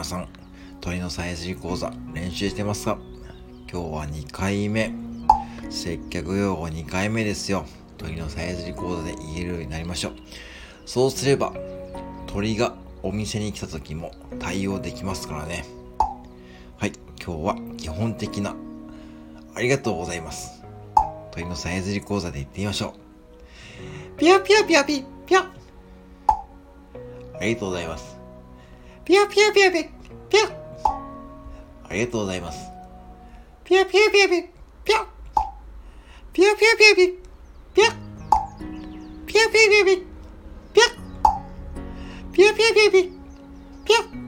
さん、鳥のさえずり講座練習してますか？今日は2回目。接客用語2回目ですよ。鳥のさえずり講座で言えるようになりましょう。そうすれば、鳥がお店に来た時も対応できますからね。はい、今日は基本的なありがとうございます。鳥のさえずり講座で言ってみましょう。ピヤピヤピヤピピヤ。ありがとうございます。ピヤピヤピヤピピヤ。ありがとうございます。ピヤピヤピヤピピヤ。ピヤピヤピヤピピヤ。ピヤピヤピヤピピヤ。ピヤピヤピヤピピヤ。